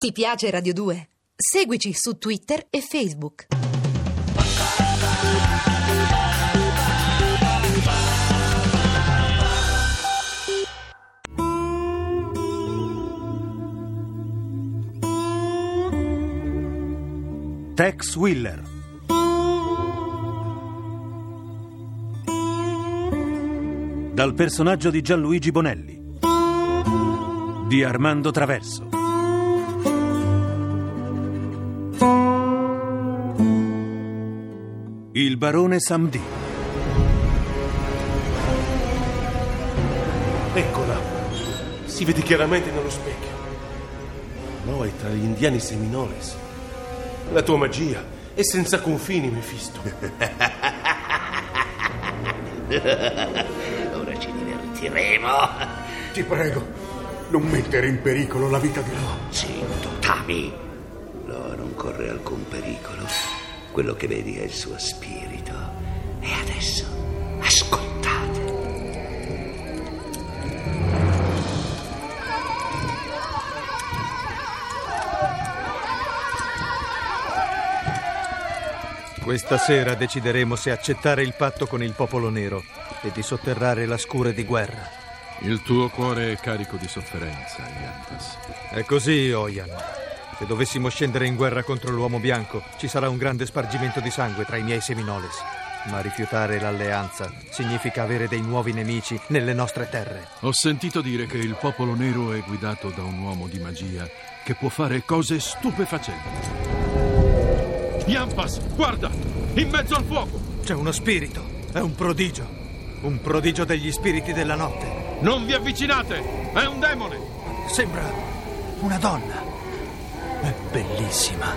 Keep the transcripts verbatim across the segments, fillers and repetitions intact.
Ti piace Radio due? Seguici su Twitter e Facebook. Tex Willer. Dal personaggio di Gianluigi Bonelli, di Armando Traverso. Il barone Sam Dee. Eccola, si vede chiaramente nello specchio. No, è tra gli indiani seminoles. La tua magia è senza confini, Mefisto. Ora ci divertiremo. Ti prego, non mettere in pericolo la vita di Lo. Zitto, Tami. Lo non corre alcun pericolo. Quello che vedi è il suo spirito. E adesso ascoltate. Questa sera decideremo se accettare il patto con il popolo nero e di sotterrare la scure di guerra. Il tuo cuore è carico di sofferenza, Iantas. È così, Oyan. Se dovessimo scendere in guerra contro l'uomo bianco, ci sarà un grande spargimento di sangue tra i miei seminoles. Ma rifiutare l'alleanza significa avere dei nuovi nemici nelle nostre terre. Ho sentito dire che il popolo nero è guidato da un uomo di magia che può fare cose stupefacenti. Iantas, guarda! In mezzo al fuoco! C'è uno spirito, è un prodigio. Un prodigio degli spiriti della notte. Non vi avvicinate! È un demone! Sembra una donna. È bellissima.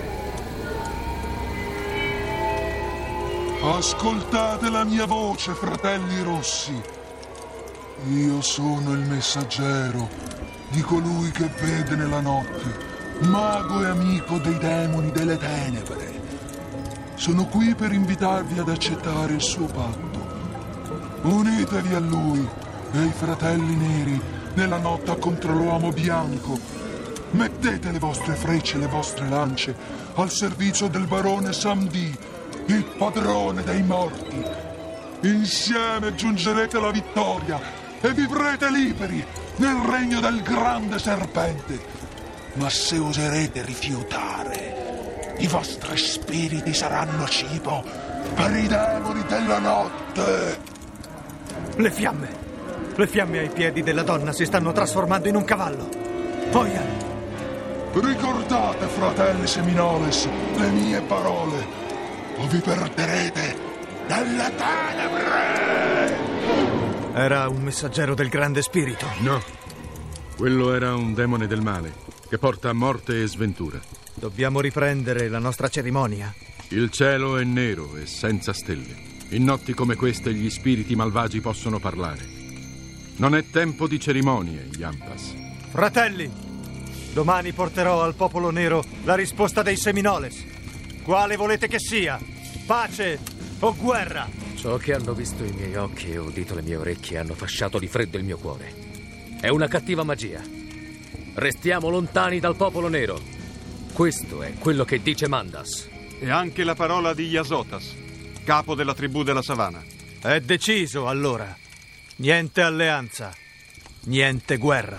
Ascoltate la mia voce, fratelli rossi. Io sono il messaggero di colui che vede nella notte, mago e amico dei demoni delle tenebre. Sono qui per invitarvi ad accettare il suo patto. Unitevi a lui e ai fratelli neri nella lotta contro l'uomo bianco. Mettete le vostre frecce e le vostre lance al servizio del barone Sam Dee, il padrone dei morti. Insieme giungerete alla vittoria e vivrete liberi nel regno del grande serpente. Ma se oserete rifiutare, i vostri spiriti saranno cibo per i demoni della notte. Le fiamme, le fiamme ai piedi della donna si stanno trasformando in un cavallo. Oyan. Ricordate, fratelli seminoles, le mie parole, o vi perderete nelle tenebre! Era un messaggero del grande spirito. No, quello era un demone del male che porta morte e sventura. Dobbiamo riprendere la nostra cerimonia. Il cielo è nero e senza stelle. In notti come queste gli spiriti malvagi possono parlare. Non è tempo di cerimonie, Iantas. Fratelli, domani porterò al popolo nero la risposta dei seminoles. Quale volete che sia? Pace o guerra? Ciò che hanno visto i miei occhi e udito le mie orecchie hanno fasciato di freddo il mio cuore. È una cattiva magia. Restiamo lontani dal popolo nero. Questo è quello che dice Mandas. E anche la parola di Yasotas, capo della tribù della savana. È deciso, allora. Niente alleanza, niente guerra.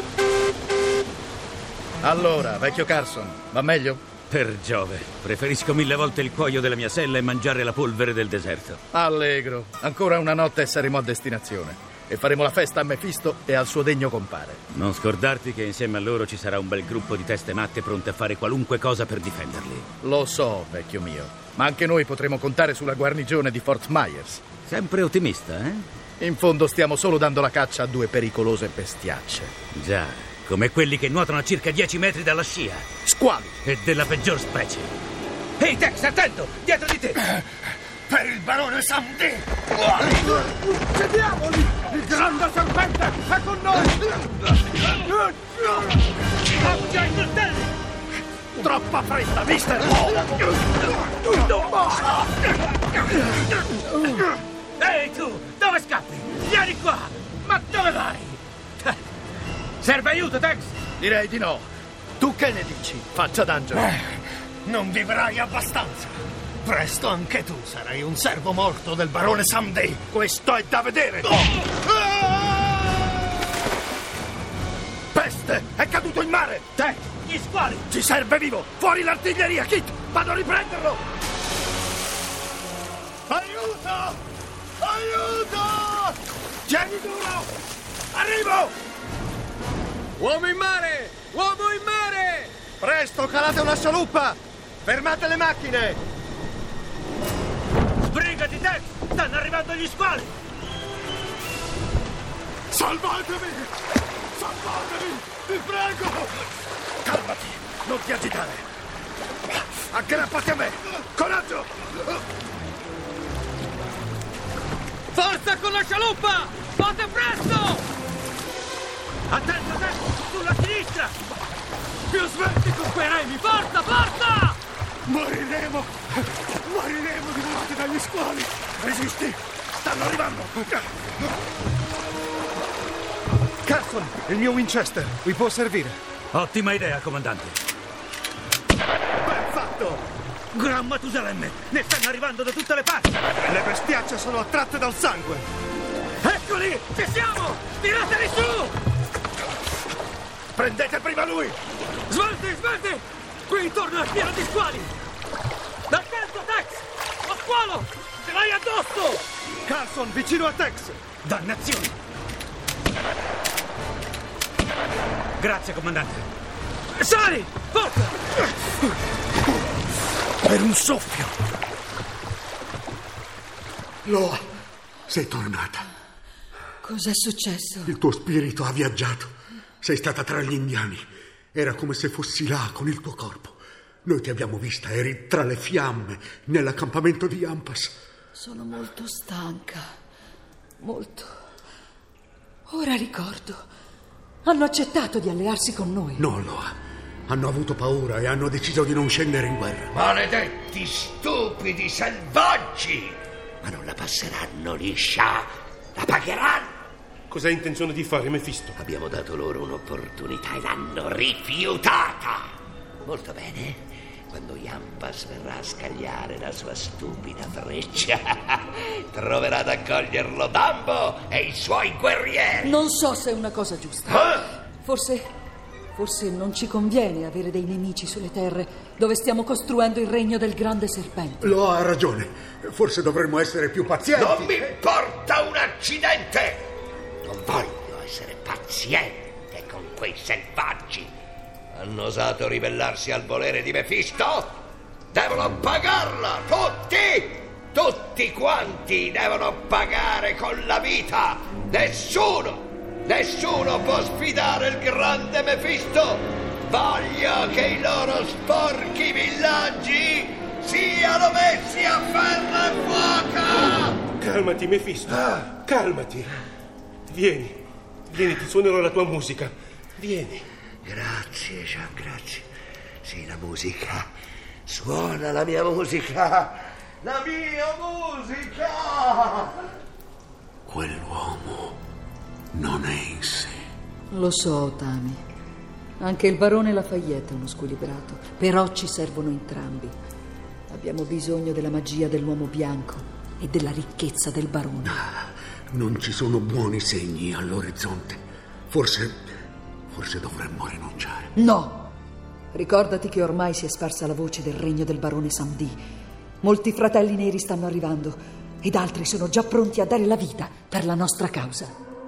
Allora, vecchio Carson, va meglio? Per Giove, preferisco mille volte il cuoio della mia sella e mangiare la polvere del deserto. Allegro, ancora una notte e saremo a destinazione. E faremo la festa a Mefisto e al suo degno compare. Non scordarti che insieme a loro ci sarà un bel gruppo di teste matte pronte a fare qualunque cosa per difenderli. Lo so, vecchio mio, ma anche noi potremo contare sulla guarnigione di Fort Myers. Sempre ottimista, eh? In fondo stiamo solo dando la caccia a due pericolose bestiacce. Già, come quelli che nuotano a circa dieci metri dalla scia. Squali! E della peggior specie. Ehi, Tex, attento! Dietro di te! Per il barone Sam Dee! Sediamoli! Il grande serpente è con noi! Occhio ai coltelli! Troppa fretta, mister! Ehi, tu! Dove scappi? Vieni qua! Ma dove vai? Serve aiuto, Tex? Direi di no. Tu che ne dici, faccia d'angelo? Eh, non vivrai abbastanza. Presto anche tu sarai un servo morto del barone Someday. Questo è da vedere. Oh! Peste, è caduto in mare. Te, gli squali. Ci serve vivo. Fuori l'artiglieria, Kit. Vado a riprenderlo. Aiuto! Aiuto! Tieni duro! Arrivo! Uomo in mare! Uomo in mare! Presto, calate una scialuppa! Fermate le macchine! Sbrigati, Tex! Stanno arrivando gli squali! Salvatemi! Salvatemi! Vi prego! Calmati, non ti agitare! Aggrappati a me! Coraggio! Forza con la scialuppa! Fate presto! Attento, Tex! Sulla sinistra! Più svelti con quei remi! Forza, forza! Moriremo! Moriremo divorati dagli squali! Resisti! Stanno arrivando! Carson, il mio Winchester, vi può servire? Ottima idea, comandante. Ben fatto! Gran Matusalemme! Ne stanno arrivando da tutte le parti! Le bestiacce sono attratte dal sangue! Eccoli! Ci siamo! Tirateli su! Prendete prima lui! Svelti, svelti! Qui intorno è pieno di squali! Attento, Tex! Lo squalo! Ce l'hai addosso! Carson, vicino a Tex! Dannazione! Grazie, comandante. Sali! Forza! Per un soffio! Loa, sei tornata. Cos'è successo? Il tuo spirito ha viaggiato. Sei stata tra gli indiani. Era come se fossi là con il tuo corpo. Noi ti abbiamo vista, eri tra le fiamme nell'accampamento di Yampas. Sono molto stanca. Molto. Ora ricordo. Hanno accettato di allearsi con noi. No, Loa. Hanno avuto paura e hanno deciso di non scendere in guerra. Maledetti, stupidi, selvaggi! Ma non la passeranno liscia. La pagheranno. Cosa hai intenzione di fare, Mefisto? Abbiamo dato loro un'opportunità e l'hanno rifiutata. Molto bene. Quando Yampas verrà a scagliare la sua stupida freccia, troverà ad accoglierlo Dambo e i suoi guerrieri. Non so se è una cosa giusta. Ah! Forse... Forse non ci conviene avere dei nemici sulle terre dove stiamo costruendo il regno del grande serpente. Lo ha ragione. Forse dovremmo essere più pazienti. Non mi importa un accidente. Non voglio essere paziente con quei selvaggi. Hanno osato ribellarsi al volere di Mefisto? Devono pagarla, tutti! Tutti quanti devono pagare con la vita. Nessuno, nessuno può sfidare il grande Mefisto. Voglio che i loro sporchi villaggi siano messi a ferro e fuoco. Calmati, Mefisto. Ah. Calmati. Vieni, vieni, ti suonerò la tua musica. Vieni. Grazie, Jean, grazie. Sì, la musica. Suona la mia musica. La mia musica. Quell'uomo non è in sé. Lo so, Tami. Anche il barone Lafayette è uno squilibrato. Però ci servono entrambi. Abbiamo bisogno della magia dell'uomo bianco e della ricchezza del barone. Ah, non ci sono buoni segni all'orizzonte. Forse... Forse dovremmo rinunciare. No! Ricordati che ormai si è sparsa la voce del regno del barone Samdi. Molti fratelli neri stanno arrivando ed altri sono già pronti a dare la vita per la nostra causa.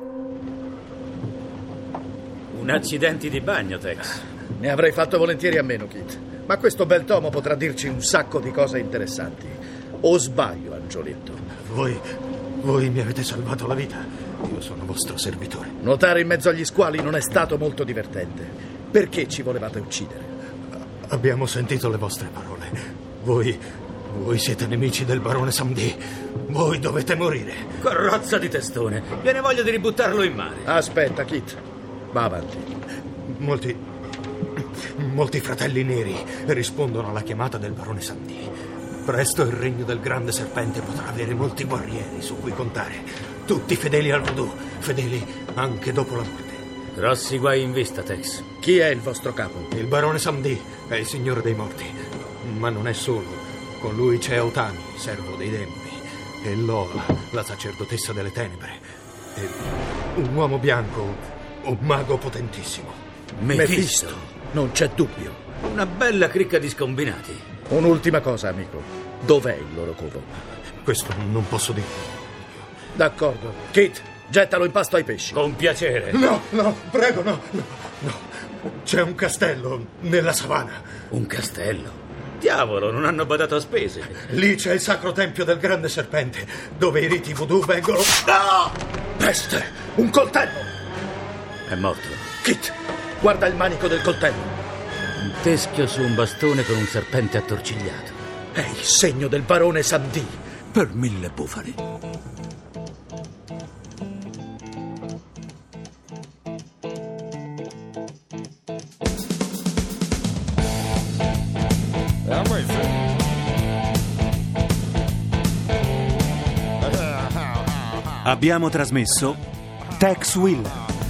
Un accidente di bagno, Tex. Ne avrei fatto volentieri a meno, Kit. Ma questo bel tomo potrà dirci un sacco di cose interessanti. O sbaglio, Angioletto? Voi... voi mi avete salvato la vita. Io sono vostro servitore. Nuotare in mezzo agli squali non è stato molto divertente. Perché ci volevate uccidere? Abbiamo sentito le vostre parole. Voi... voi siete nemici del barone Samdi. Voi dovete morire. Carrozza di testone. Viene voglia di ributtarlo in mare. Aspetta, Kit. Va avanti. Molti... molti fratelli neri rispondono alla chiamata del barone Samdi. Presto il regno del grande serpente potrà avere molti guerrieri su cui contare. Tutti fedeli al voodoo, fedeli anche dopo la morte. Grossi guai in vista, Tex. Chi è il vostro capo? Il barone Samdi è il signore dei morti. Ma non è solo. Con lui c'è Otani, servo dei demoni. E Lola, la sacerdotessa delle tenebre. E un uomo bianco, un mago potentissimo. Mefisto. Non c'è dubbio. Una bella cricca di scombinati. Un'ultima cosa, amico. Dov'è il loro covo? Questo non posso dirlo. D'accordo. Kit, gettalo in pasto ai pesci. Con piacere. No, no, prego, no, no, no. C'è un castello nella savana. Un castello? Diavolo, non hanno badato a spese. Lì c'è il sacro tempio del grande serpente, dove i riti voodoo vengono... No! Peste! Un coltello! È morto. Kit, guarda il manico del coltello. Un teschio su un bastone con un serpente attorcigliato. È il segno del barone Samdi. Per mille bufali. Abbiamo trasmesso Tex Willer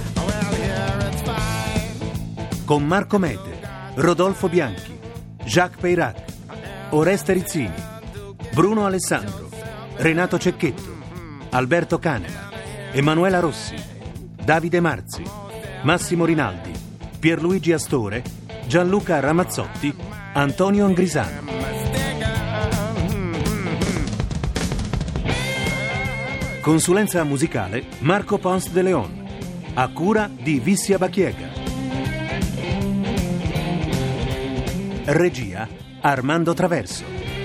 con Marco Mete, Rodolfo Bianchi, Jacques Peyrac, Oreste Rizzini, Bruno Alessandro, Renato Cecchetto, Alberto Caneva, Emanuela Rossi, Davide Marzi, Massimo Rinaldi, Pierluigi Astore, Gianluca Ramazzotti, Antonio Angrisano. Consulenza musicale Marco Pons de Leon, a cura di Vissia Bachiega. Regia Armando Traverso.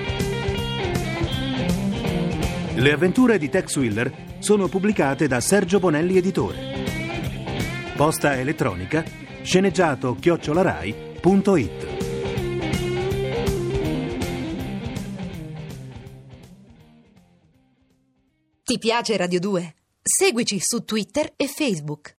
Le avventure di Tex Willer sono pubblicate da Sergio Bonelli Editore. Posta elettronica sceneggiato chiocciolarai punto it. Ti piace Radio due? Seguici su Twitter e Facebook.